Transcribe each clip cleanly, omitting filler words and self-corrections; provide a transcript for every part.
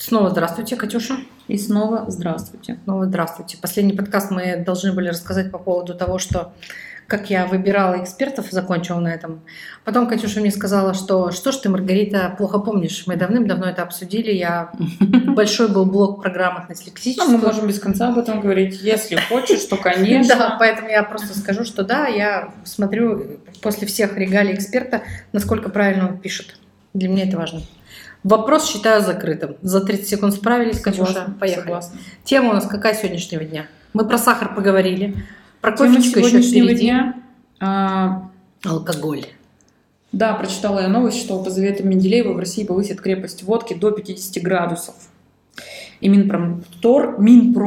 Снова здравствуйте, Катюша. И снова здравствуйте. Снова здравствуйте. Последний подкаст мы должны были рассказать по поводу того, как я выбирала экспертов, закончила на этом. Потом Катюша мне сказала, что ж ты, Маргарита, плохо помнишь. Мы давным-давно это обсудили. Большой был блок про грамотность лексическую. Мы можем без конца об этом говорить. Если хочешь, то конечно. Да, поэтому я просто скажу, что да, я смотрю после всех регалий эксперта, насколько правильно он пишет. Для меня это важно. Вопрос считаю закрытым. За 30 секунд справились, Катюша. Поехали. Согласна. Тема у нас какая сегодняшнего дня? Мы про сахар поговорили. Про Тема кофечку еще сегодняшнего впереди. дня. Алкоголь. Да, прочитала я новость, что по заветам Менделеева в России повысит крепость водки до 50 градусов. И Минпромторг.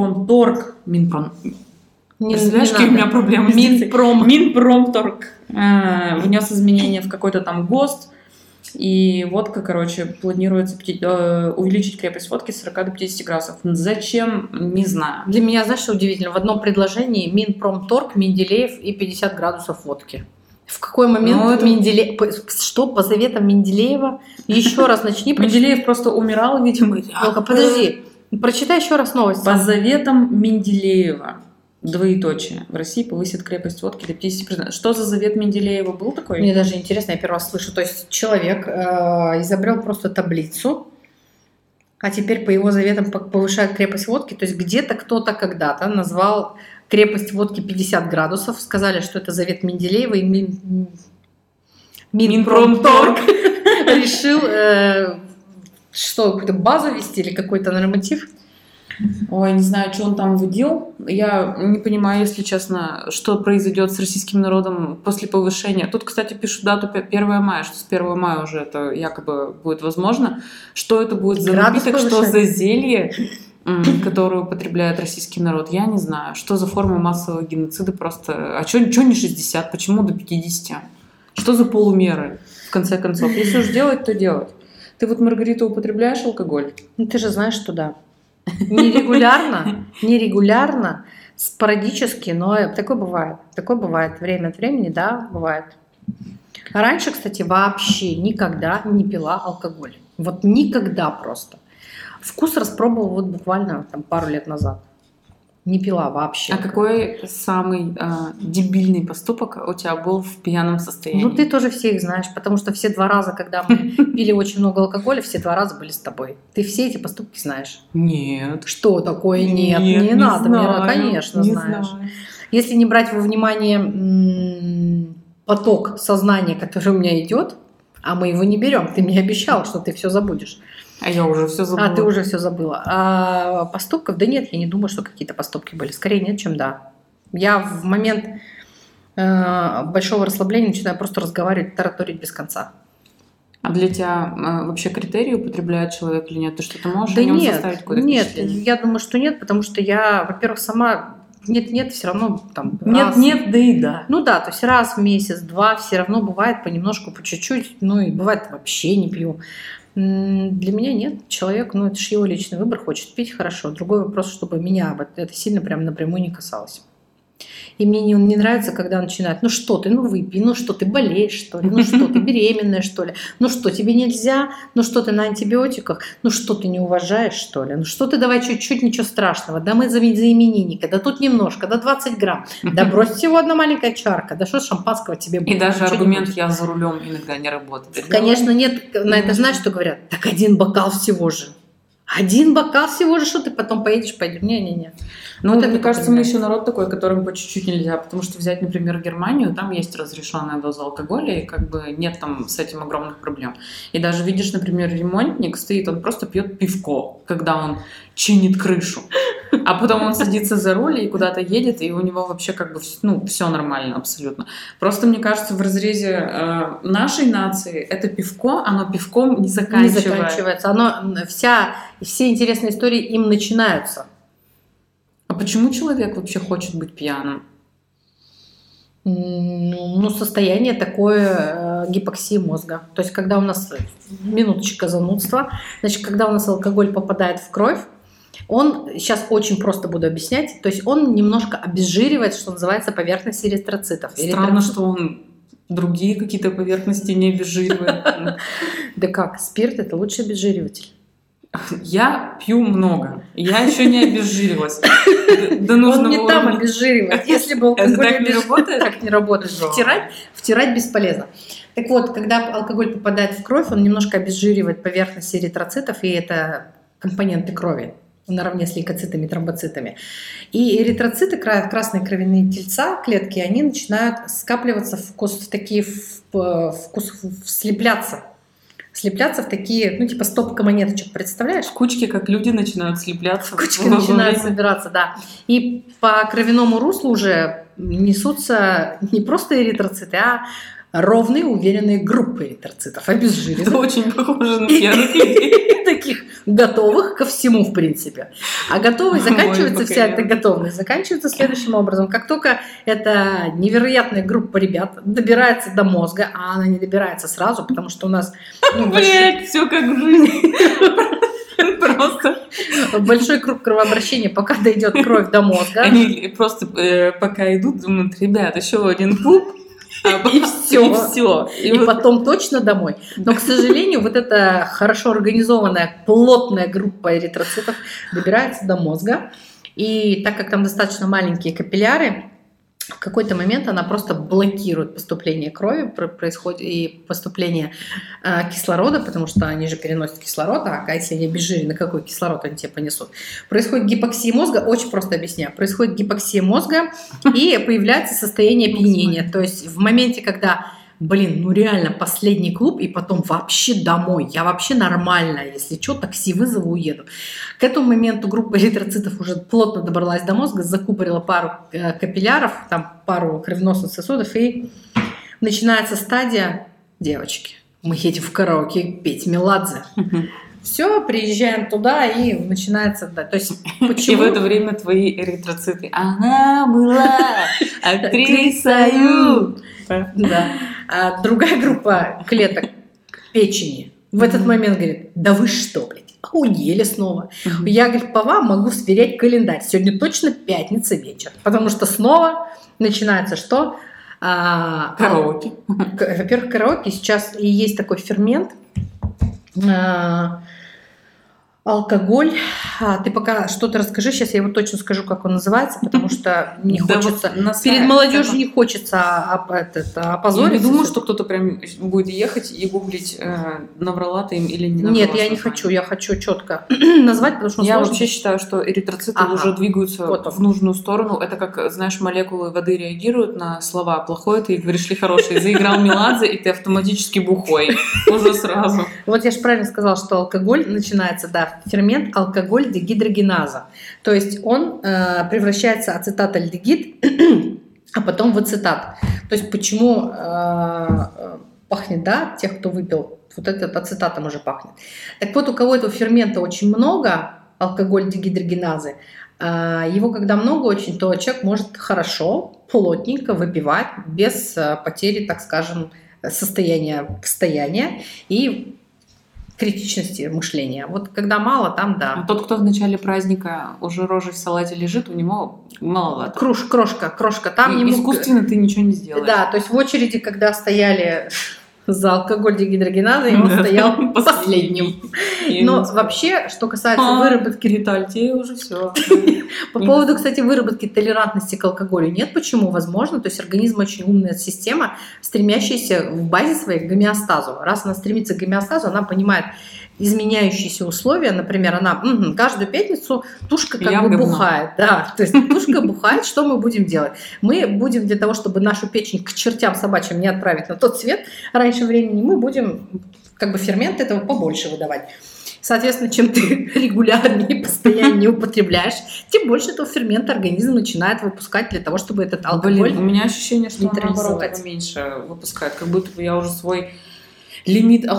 Знаешь, какие у меня проблемы с дикцией? Минпромторг внес изменения в какой-то там ГОСТ. И водка, планируется увеличить крепость водки с 40 до 50 градусов. Зачем? Не знаю. Для меня, знаешь, что удивительно? В одном предложении Минпромторг, Менделеев и 50 градусов водки. В какой момент Что по заветам Менделеева? Еще раз начни. Менделеев просто умирал, видимо. Ну-ка, подожди. Прочитай еще раз новость. По заветам Менделеева. Двоеточие. В России повысит крепость водки до 50%. Что за завет Менделеева был такой? Мне даже интересно, я первый раз слышу. То есть человек изобрел просто таблицу, а теперь по его заветам повышает крепость водки. То есть где-то кто-то когда-то назвал крепость водки 50 градусов, сказали, что это завет Менделеева, и Минпромторг решил какую-то базу вести или какой-то норматив. Ой, не знаю, что он там вводил. Я не понимаю, если честно, что произойдет с российским народом после повышения. Тут, кстати, пишут дату 1 мая, что с 1 мая уже это якобы будет возможно. Что это будет за напиток, что за зелье, которое употребляет российский народ, я не знаю. Что за форма массового геноцида просто... А что не 60? Почему до 50? Что за полумеры, в конце концов? Если уж делать, то делать. Ты вот, Маргарита, употребляешь алкоголь? Ну, ты же знаешь, что да. Нерегулярно, спорадически, но такое бывает. Такое бывает время от времени, да, бывает. А раньше, кстати, вообще никогда не пила алкоголь. Вот никогда просто. Вкус распробовала вот буквально пару лет назад. Не пила вообще. А какой самый дебильный поступок у тебя был в пьяном состоянии? Ну, ты тоже все их знаешь, потому что все 2 раза, когда мы пили очень много алкоголя, все 2 раза были с тобой. Ты все эти поступки знаешь. Нет. Что такое нет? Не надо, знаю, конечно, не знаешь. Знаю. Если не брать во внимание поток сознания, который у меня идет, а мы его не берем, ты мне обещал, что ты все забудешь. А я уже все забыла. А ты уже все забыла. А поступков? Да нет, я не думаю, что какие-то поступки были. Скорее нет, чем да. Я в момент большого расслабления начинаю просто разговаривать, тараторить без конца. А для тебя вообще критерии употребляет человек или нет? Ты что-то можешь да о нем нет, составить какое-то нет, впечатление? я думаю, что нет, потому что я, во-первых, сама нет, все равно там нет, да и да. Ну да, то есть раз в месяц, 2 все равно бывает понемножку, по чуть-чуть, ну и бывает вообще не пью. Для меня нет. Человек, это же его личный выбор, хочет пить, хорошо. Другой вопрос, чтобы меня это сильно прям напрямую не касалось. И мне не нравится, когда начинают, ну что ты, выпей, ну что ты болеешь, что ли, ну что ты беременная, что ли, ну что тебе нельзя, ну что ты на антибиотиках, ну что ты не уважаешь, что ли, ну что ты давай чуть-чуть, ничего страшного, да мы за именинника, да тут немножко, да 20 грамм, да брось всего одна маленькая чарка, да что шампанского тебе будет. И даже аргумент «я за рулем» иногда не работает. Конечно, нет, на это знаешь, что говорят? Так 1 бокал всего же. 1 бокал всего же, что ты потом пойдешь? Не-не-не. Ну, вот мне кажется, мы еще народ такой, которым по чуть-чуть нельзя, потому что взять, например, Германию, там есть разрешенная доза алкоголя, и нет там с этим огромных проблем. И даже видишь, например, ремонтник стоит, он просто пьет пивко, когда он чинит крышу. А потом он садится за руль и куда-то едет, и у него вообще все нормально абсолютно. Просто, мне кажется, в разрезе нашей нации это пивко, оно пивком не заканчивается. Не заканчивается. Все интересные истории им начинаются. А почему человек вообще хочет быть пьяным? Состояние такое гипоксии мозга. То есть, когда у нас, минуточка занудства, значит, когда у нас алкоголь попадает в кровь, он, сейчас очень просто буду объяснять, то есть он немножко обезжиривает, что называется, поверхность эритроцитов. Странно, что он другие какие-то поверхности не обезжиривает. Да как, спирт – это лучший обезжириватель. Я пью много. Я еще не обезжирилась. До нужного Он не там уровня. обезжиривает. Если бы алкоголь так не работает? так не работает. Втирать бесполезно. Так вот, когда алкоголь попадает в кровь, он немножко обезжиривает поверхность эритроцитов, и это компоненты крови наравне с лейкоцитами, тромбоцитами. И эритроциты, красные кровяные тельца, клетки, они начинают скапливаться слепляться в такие, ну, типа стопка монеточек, представляешь? Кучки, как люди, начинают слепляться. Кучки начинают собираться, да. И по кровяному руслу уже несутся не просто эритроциты, а ровные, уверенные группы эритроцитов, обезжиренных. Это очень похоже на пьяных людей. Таких готовых ко всему, в принципе. А готовность заканчивается, вся эта готовность заканчивается следующим образом. Как только эта невероятная группа ребят добирается до мозга, а она не добирается сразу, потому что у нас... Блять, все как в жизни. Просто. Большой круг кровообращения, пока дойдет кровь до мозга. Они просто пока идут, думают, ребят, еще один пуп. И все. И потом точно домой. Но, к сожалению, вот эта хорошо организованная, плотная группа эритроцитов добирается до мозга. И так как там достаточно маленькие капилляры, в какой-то момент она просто блокирует поступление крови, происходит и поступление кислорода, потому что они же переносят кислород, а если они обезжирены, какой кислород они тебе понесут? Происходит гипоксия мозга, очень просто объясняю. Происходит гипоксия мозга, и появляется состояние опьянения. То есть в моменте, когда, ну реально последний клуб, и потом вообще домой, я вообще нормальная, если что, такси вызову, уеду. К этому моменту группа эритроцитов уже плотно добралась до мозга, закупорила пару капилляров, там пару кровеносных сосудов, и начинается стадия: девочки, мы едем в караоке петь Меладзе. Все, приезжаем туда, и начинается, да, то есть почему... И в это время твои эритроциты. Она была актрисою. Да. А другая группа клеток печени в этот момент говорит: да вы что, блядь, охуели снова. Я, говорит, по вам могу сверять календарь. Сегодня точно пятница вечер, потому что снова начинается что? Караоке. Во-первых, караоке сейчас и есть такой фермент, алкоголь. Ты пока что-то расскажи, сейчас я его точно скажу, как он называется, потому что не хочется... Перед молодежью не хочется опозориться. Я не думаю, что кто-то прям будет ехать и гуглить, наврала ты им или не наврала. Нет, я не хочу, я хочу четко назвать, потому что я сложно. вообще считаю, что эритроциты уже двигаются в нужную сторону. Это как, знаешь, молекулы воды реагируют на слова. Плохое ты говоришь ли хорошее. Заиграл Меладзе, и ты автоматически бухой. Уже сразу. Вот я же правильно сказала, что алкоголь начинается, да, фермент алкоголь-дегидрогеназа. То есть он превращается ацетатальдегид, а потом в ацетат. То есть почему пахнет, да, тех, кто выпил, вот этот ацетатом уже пахнет. Так вот, у кого этого фермента очень много, алкоголь-дегидрогеназы, его когда много очень, то человек может хорошо, плотненько выпивать без потери, так скажем, состояния и критичности мышления. Вот когда мало, там да. Тот, кто в начале праздника уже рожей в салате лежит, у него маловато. Крошка. Там искусственно ты ничего не сделаешь. Да, то есть в очереди, когда стояли за алкоголь-дегидрогеназой, он стоял последним. Но вообще, что касается выработки... Ритальте уже все. По поводу, кстати, выработки толерантности к алкоголю нет. Почему? Возможно. То есть организм очень умная система, стремящаяся в базе своей к гомеостазу. Раз она стремится к гомеостазу, она понимает изменяющиеся условия. Например, она каждую пятницу тушка как бы бухает. Да, то есть тушка бухает. Что мы будем делать? Мы будем для того, чтобы нашу печень к чертям собачьим не отправить на тот свет раньше времени, мы будем как бы фермент этого побольше выдавать. Соответственно, чем ты регулярнее, постояннее употребляешь, тем больше этого фермента организм начинает выпускать для того, чтобы этот алкоголь... у меня ощущение, что он наоборот меньше выпускает, как будто бы я уже свой лимит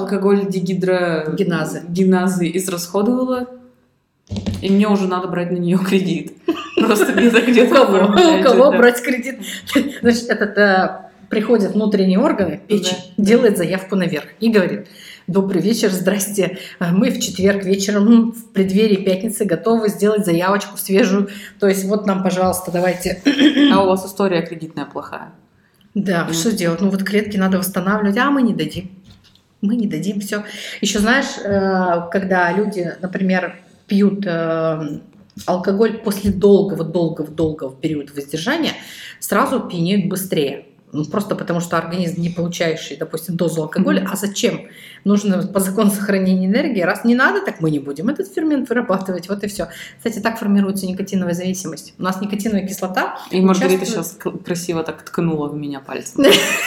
алкоголь-дегидрогеназы израсходовала, и мне уже надо брать на нее кредит. Просто где-то у кого брать кредит? Значит, приходят внутренние органы, печень, делает заявку наверх и говорит: добрый вечер, здрасте, мы в четверг вечером в преддверии пятницы готовы сделать заявочку свежую, то есть вот нам, пожалуйста, давайте. А у вас история кредитная плохая? Да, что делать? Ну вот клетки надо восстанавливать, а мы не дадим. Мы не дадим все. Еще знаешь, когда люди, например, пьют алкоголь после долгого периода воздержания, сразу пьянеют быстрее. Ну, просто потому, что организм, не получающий, допустим, дозу алкоголя, а зачем? Нужно по закону сохранения энергии. Раз не надо, так мы не будем этот фермент вырабатывать. Вот и все. Кстати, так формируется никотиновая зависимость. У нас никотиновая кислота. И Маргарита сейчас красиво так ткнула в меня пальцем.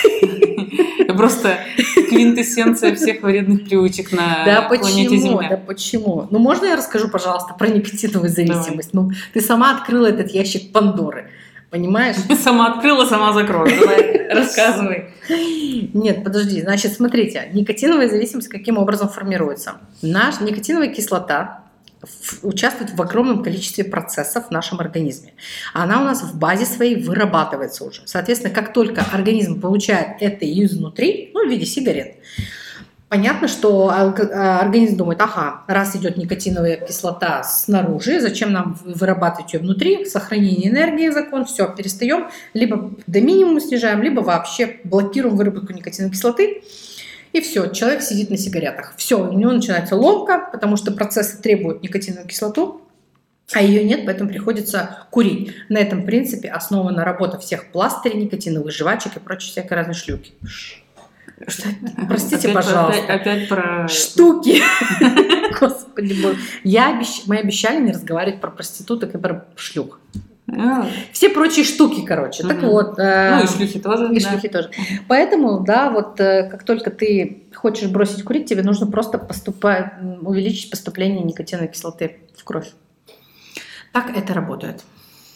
Просто квинтэссенция всех вредных привычек на планете Земля. Да почему? Ну, можно я расскажу, пожалуйста, про никотиновую зависимость? Ну, ты сама открыла этот ящик Пандоры. Понимаешь? Сама открыла, сама закрою. Давай, рассказывай. Нет, подожди. Значит, смотрите, никотиновая зависимость каким образом формируется? Наша никотиновая кислота участвует в огромном количестве процессов в нашем организме. Она у нас в базе своей вырабатывается уже. Соответственно, как только организм получает это изнутри, ну, в виде сигарет, понятно, что организм думает, ага, раз идет никотиновая кислота снаружи, зачем нам вырабатывать ее внутри, сохранение энергии, закон, все, перестаем, либо до минимума снижаем, либо вообще блокируем выработку никотиновой кислоты, и все, человек сидит на сигаретах. Все, у него начинается ломка, потому что процессы требуют никотиновую кислоту, а ее нет, поэтому приходится курить. На этом принципе основана работа всех пластырей, никотиновых жвачек и прочей всякой разной шлюки. Что? Простите, пожалуйста. Опять про... Штуки. Господи боже. Мы обещали не разговаривать про проституток и про шлюх. Все прочие штуки, короче. Так вот. Ну и шлюхи тоже. И шлюхи тоже. Поэтому, да, вот как только ты хочешь бросить курить, тебе нужно просто увеличить поступление никотиновой кислоты в кровь. Так это работает.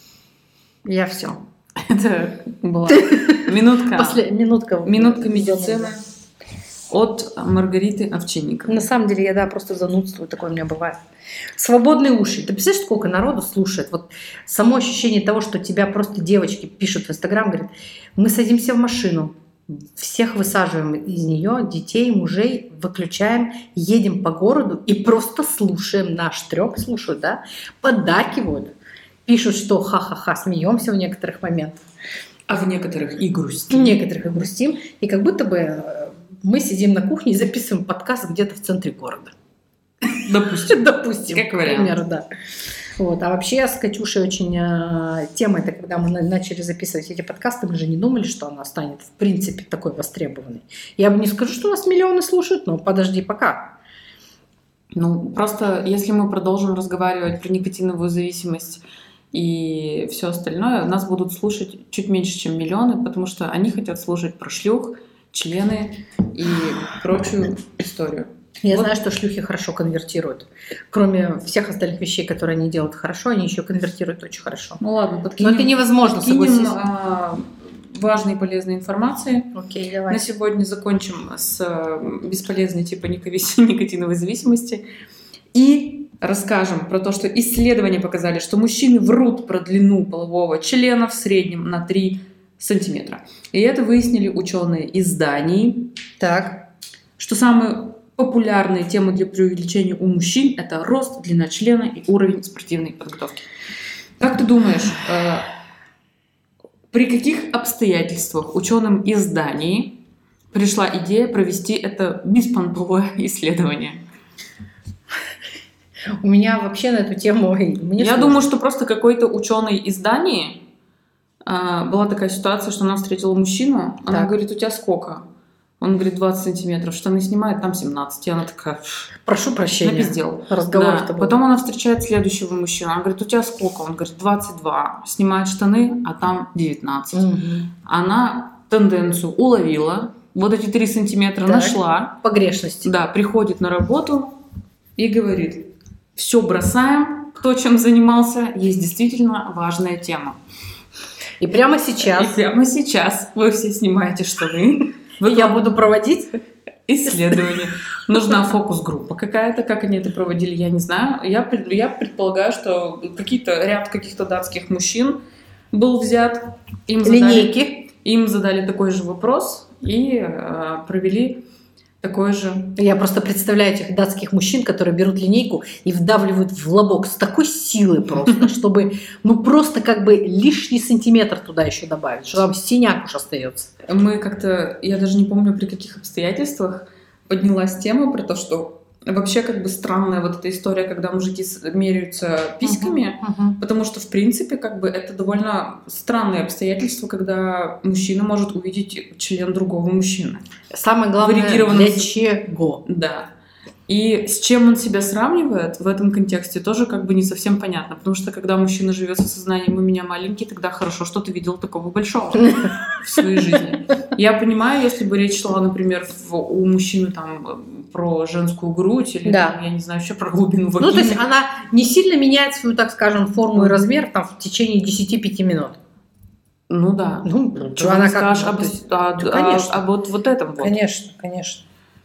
Я все. Это была минутка медицины от Маргариты Овчинниковой. На самом деле я, просто занудствую, такое у меня бывает. Свободные уши. Ты представляешь, сколько народу слушает? Вот само ощущение того, что тебя просто девочки пишут в Инстаграм, говорят, мы садимся в машину, всех высаживаем из нее, детей, мужей, выключаем, едем по городу и просто слушаем наш трёп, слушают, да, поддакивают. Пишут, что ха-ха-ха, смеемся в некоторых моментах. А в некоторых и грустим. В некоторых и грустим. И как будто бы мы сидим на кухне и записываем подкаст где-то в центре города. Допустим. Как вариант. Например, да. Вот. А вообще с Катюшей очень тема, это когда мы начали записывать эти подкасты, мы же не думали, что она станет в принципе такой востребованной. Я бы не скажу, что нас миллионы слушают, но подожди пока. Ну, просто если мы продолжим разговаривать про никотиновую зависимость и все остальное, нас будут слушать чуть меньше, чем миллионы, потому что они хотят слушать про шлюх, члены и прочую историю. Я знаю, что шлюхи хорошо конвертируют. Кроме всех остальных вещей, которые они делают хорошо, они еще конвертируют очень хорошо. Ну ладно, подкинем. Но это невозможно, согласись. Важной и полезной информации. Окей, давай. На сегодня закончим с бесполезной типа никотиновой зависимости. И расскажем про то, что исследования показали, что мужчины врут про длину полового члена в среднем на 3 сантиметра. И это выяснили ученые из Дании. Так. Что самые популярные темы для преувеличения у мужчин – это рост, длина члена и уровень спортивной подготовки. Как ты думаешь, при каких обстоятельствах ученым из Дании пришла идея провести это беспонтовое исследование? У меня вообще на эту тему... Я думаю, что просто какой-то ученый из Дании, была такая ситуация, что она встретила мужчину, она говорит, у тебя сколько? Он говорит, 20 сантиметров, штаны снимает, там 17. И она такая, прошу прощения. Напиздел. Разговор. Да. Потом она встречает следующего мужчину. Она говорит, у тебя сколько? Он говорит, 22. Снимает штаны, а там 19. Угу. Она тенденцию уловила, вот эти 3 сантиметра нашла. Погрешности. Да, приходит на работу и говорит, все бросаем, кто чем занимался, есть действительно важная тема. И прямо сейчас вы все снимаете штаны. И я буду проводить исследование. Нужна фокус-группа какая-то. Как они это проводили, я не знаю. Я предполагаю, что ряд каких-то датских мужчин был взят. Им задали такой же вопрос и провели такой же. Я просто представляю этих датских мужчин, которые берут линейку и вдавливают в лобок с такой силой просто, чтобы просто как бы лишний сантиметр туда еще добавить, что там синяк уж остается. Мы как-то, я даже не помню при каких обстоятельствах, поднялась тема про то, что вообще как бы странная вот эта история, когда мужики меряются письками, потому что, в принципе, как бы это довольно странное обстоятельство, когда мужчина может увидеть член другого мужчины. Самое главное, для чего? Да. И с чем он себя сравнивает в этом контексте, тоже как бы не совсем понятно. Потому что когда мужчина живет со сознанием «у меня маленький», тогда хорошо, что ты видел такого большого в своей жизни. Я понимаю, если бы речь шла, например, у мужчины там про женскую грудь или, там, я не знаю, вообще про глубину вагины. Ну, то есть она не сильно меняет свою, так скажем, форму и размер там, в течение 10-5 минут. Ну да. Ну, что она скажет об вот этом вот. Конечно, конечно.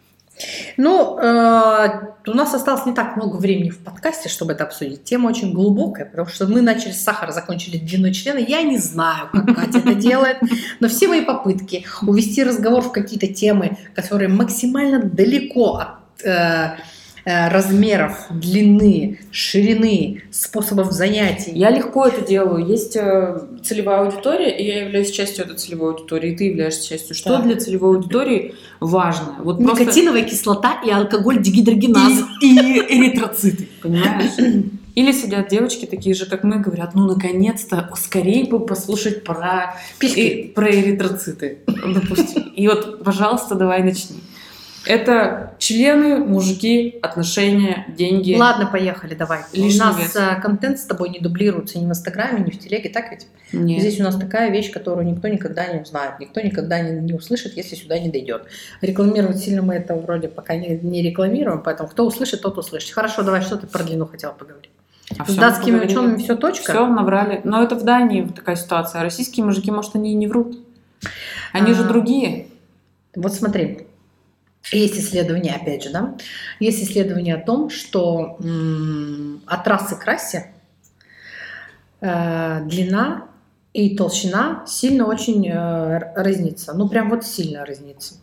Ну, у нас осталось не так много времени в подкасте, чтобы это обсудить. Тема очень глубокая, потому что мы начали с сахара, закончили длиной члена. Я не знаю, как Катя это делает, но все мои попытки увести разговор в какие-то темы, которые максимально далеко от размеров, длины, ширины, способов занятий. Я легко это делаю. Есть целевая аудитория, и я являюсь частью этой целевой аудитории, и ты являешься частью. Что для целевой аудитории важно? Вот никотиновая кислота и алкоголь дегидрогеназа. И эритроциты, понимаешь? Или сидят девочки такие же, как мы, говорят, ну, наконец-то, скорее бы послушать про эритроциты, допустим. И вот, пожалуйста, давай начни. Это члены, мужики, отношения, деньги. Ладно, поехали, давай. Лишний у нас вес. Контент с тобой не дублируется ни в Инстаграме, ни в Телеге, так ведь? Нет. Здесь у нас такая вещь, которую никто никогда не узнает, никто никогда не услышит, если сюда не дойдет. Рекламировать сильно мы это вроде пока не рекламируем, поэтому кто услышит, тот услышит. Хорошо, давай, что ты про длину хотела поговорить? С датскими учеными все точка? Все наврали. Но это в Дании такая ситуация. А российские мужики, может, они и не врут. Они же другие. Вот смотри. Есть исследования, опять же, да, есть исследования о том, что от расы к расе длина и толщина сильно очень разнится. Ну, прям вот сильно разнится.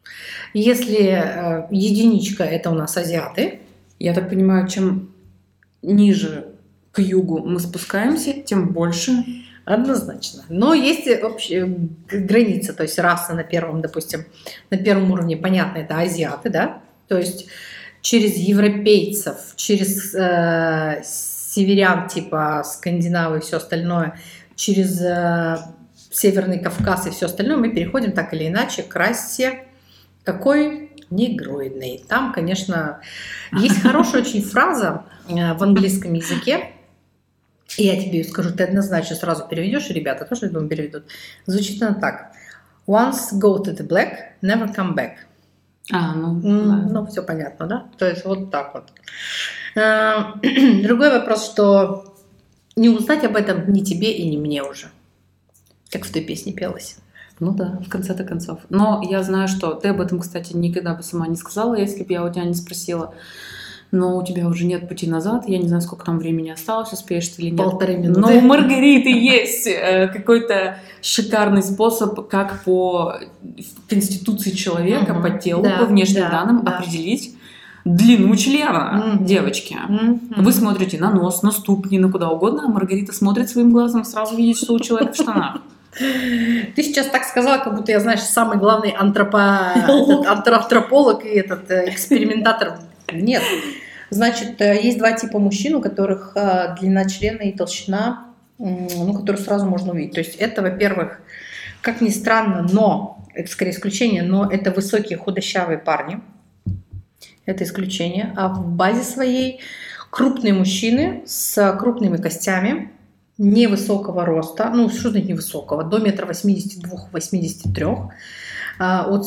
Если единичка – это у нас азиаты. Я так понимаю, чем ниже к югу мы спускаемся, тем больше. Однозначно. Но есть общая граница, то есть раса на первом, допустим, на первом уровне, понятно, это азиаты, да, то есть через европейцев, через северян типа скандинавы и все остальное, через Северный Кавказ и все остальное мы переходим так или иначе к расе какой? Негроидной. Там, конечно, есть хорошая очень фраза в английском языке. И я тебе скажу, ты однозначно сразу переведешь, и ребята тоже, я думаю, переведут. Звучит она так. Once go to the black, never come back. Ну, все понятно, да? То есть вот так вот. Другой вопрос, что не узнать об этом ни тебе и ни мне уже. Как в той песне пелось. Ну да, в конце-то концов. Но я знаю, что ты об этом, кстати, никогда бы сама не сказала, если бы я у тебя не спросила. Но у тебя уже нет пути назад. Я не знаю, сколько там времени осталось, успеешь ты или нет. 1,5 минуты. Но у Маргариты есть какой-то шикарный способ, как по конституции человека, по телу, по внешним данным определить длину члена девочки. Вы смотрите на нос, на ступни, на куда угодно, а Маргарита смотрит своим глазом, сразу видит, что у человека в штанах. Ты сейчас так сказала, как будто я, знаешь, самый главный антрополог и экспериментатор. Нет. Значит, есть два типа мужчин, у которых длина члена и толщина, которую сразу можно увидеть. То есть это, во-первых, как ни странно, но, это скорее исключение, но это высокие худощавые парни. Это исключение. А в базе своей крупные мужчины с крупными костями, невысокого роста, что значит невысокого, до 1,82-1,83 от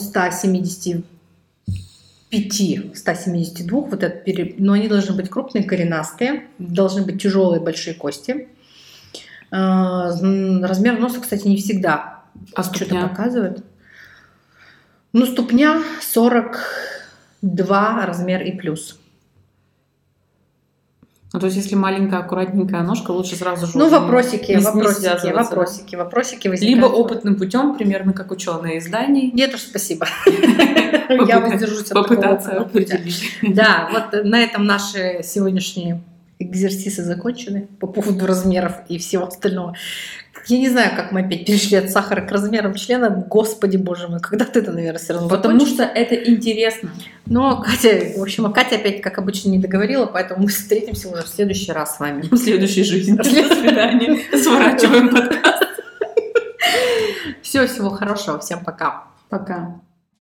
175-172, вот это, но они должны быть крупные, коренастые, должны быть тяжелые, большие кости. Размер носа, кстати, не всегда что-то показывает. Ступня 42 размер и плюс. То есть, если маленькая, аккуратненькая ножка, лучше сразу же... вопросики возникают. Либо опытным путем, примерно как ученые из Дании. Нет уж, спасибо. Я воздержусь от попытаться определить. Да, вот на этом наши сегодняшние экзерсисы закончены по поводу размеров и всего остального. Я не знаю, как мы опять перешли от сахара к размерам члена. Господи, боже мой, когда ты это, наверное, все равно Потому закончишься. что это интересно. Но Катя, в общем, Катя опять, как обычно, не договорила, поэтому мы встретимся уже в следующий раз с вами. В следующей жизни. До свидания. Сворачиваем подкаст. Все, всего хорошего, всем пока. Пока.